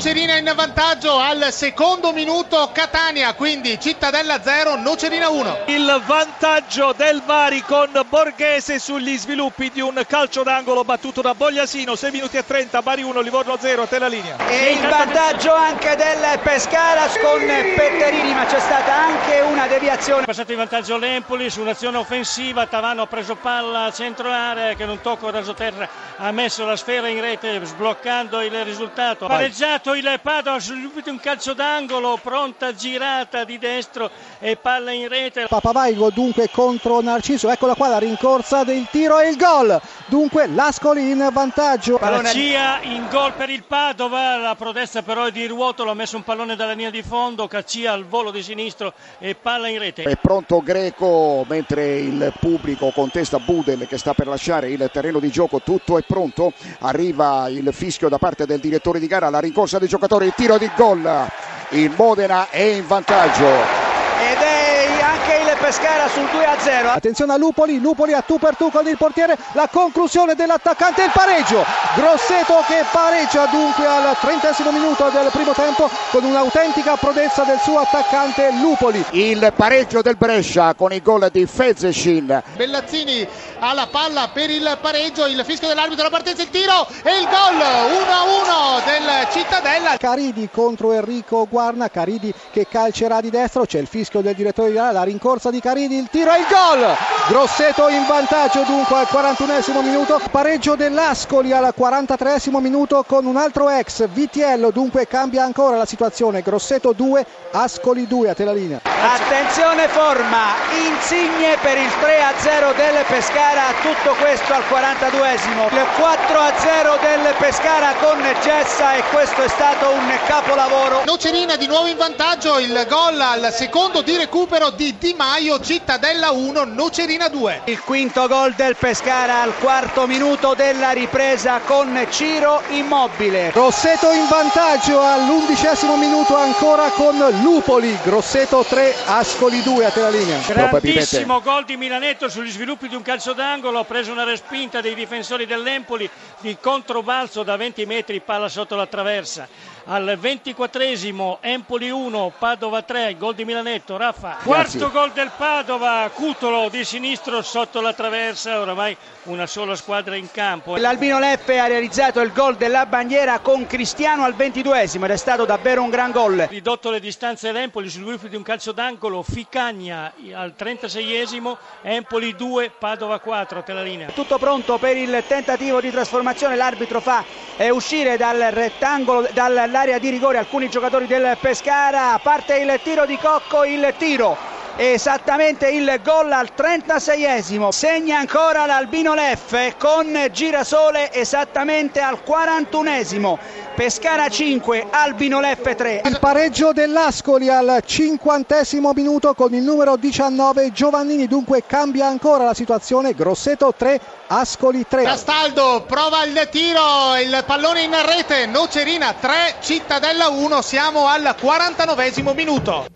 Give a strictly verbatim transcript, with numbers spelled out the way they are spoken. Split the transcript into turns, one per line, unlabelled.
Nocerina in vantaggio al secondo minuto Catania, quindi Cittadella zero, Nocerina uno.
Il vantaggio del Bari con Borghese sugli sviluppi di un calcio d'angolo battuto da Bogliasino, sei minuti e trenta, Bari uno, Livorno zero, a te la linea.
E il vantaggio anche del Pescara con Petterini, ma c'è stata anche una deviazione.
È passato in vantaggio l'Empoli su un'azione offensiva, Tavano ha preso palla centro area che non tocco rasoterra ha messo la sfera in rete sbloccando il risultato. Pareggiato il Padova, subito un calcio d'angolo, pronta girata di destro e palla in rete.
Papavaigo dunque contro Narciso, eccola qua la rincorsa del tiro e il gol. Dunque l'Ascoli in vantaggio.
Caccia in gol per il Padova, la protesta però è di Ruotolo, ha messo un pallone dalla linea di fondo, Caccia al volo di sinistro e palla in rete.
È pronto Greco mentre il pubblico contesta Budel che sta per lasciare il terreno di gioco, tutto è pronto, arriva il fischio da parte del direttore di gara, la rincorsa dei giocatori, il tiro di gol, il Modena è in vantaggio.
Ed è anche il Pescara sul due a zero.
Attenzione a Lupoli, Lupoli a tu per tu con il portiere, la conclusione dell'attaccante, il pareggio. Grosseto che pareggia dunque al trentesimo minuto del primo tempo con un'autentica prodezza del suo attaccante Lupoli.
Il pareggio del Brescia con il gol di Fezescin.
Bellazzini ha la palla per il pareggio, il fischio dell'arbitro, la partenza, il tiro e il gol uno a uno del Cittadella.
Caridi contro Enrico Guarna, Caridi che calcerà di destro, c'è il fischio del direttore di gara, la rincorsa di Caridi, il tiro e il gol. Grosseto in vantaggio dunque al quarantunesimo minuto, pareggio dell'Ascoli al quarantatreesimo minuto con un altro ex, Vitiello, dunque cambia ancora la situazione, Grosseto due, Ascoli due, a te la linea.
Attenzione forma, Insigne per il tre a zero del Pescara, tutto questo al quarantaduesimo, il quattro a zero del Pescara con Gessa e questo è stato un capolavoro.
Nocerina di nuovo in vantaggio, il gol al secondo di recupero di Di Maio, Cittadella uno, Nocerina due.
Il quinto gol del Pescara al quarto minuto della ripresa con Ciro Immobile.
Grosseto in vantaggio all'undicesimo minuto ancora con Lupoli, Grosseto tre, Ascoli due, a te la linea.
Grandissimo gol di Milanetto sugli sviluppi di un calcio d'angolo, ha preso una respinta dei difensori dell'Empoli di controbalzo da venti metri, palla sotto la traversa. Al ventiquattresimo Empoli uno, Padova tre, il gol di Milanetto, Raffa. Quarto
Grazie.
gol del Padova, Cutolo di sinistro sotto la traversa, oramai una sola squadra in campo.
L'Albino Leffe ha realizzato il gol della bandiera con Cristiano al ventiduesimo ed è stato davvero un gran gol.
Ridotto le distanze l'Empoli sugli sviluppi di un calcio d'angolo, Ficagna al trentaseiesimo, Empoli due, Padova quattro, te la linea.
Tutto pronto per il tentativo di trasformazione, l'arbitro fa eh, uscire dal rettangolo, dall'area di rigore alcuni giocatori del Pescara, parte il tiro di Cocco, il tiro esattamente il gol al trentaseiesimo, segna ancora l'Albino Leffe con Girasole esattamente al quarantunesimo, Pescara cinque, Albino Leffe tre.
Il pareggio dell'Ascoli al cinquantesimo minuto con il numero diciannove Giovannini, dunque cambia ancora la situazione, Grosseto tre, Ascoli tre.
Castaldo prova il tiro, il pallone in rete, Nocerina tre, Cittadella uno, siamo al quarantanovesimo minuto.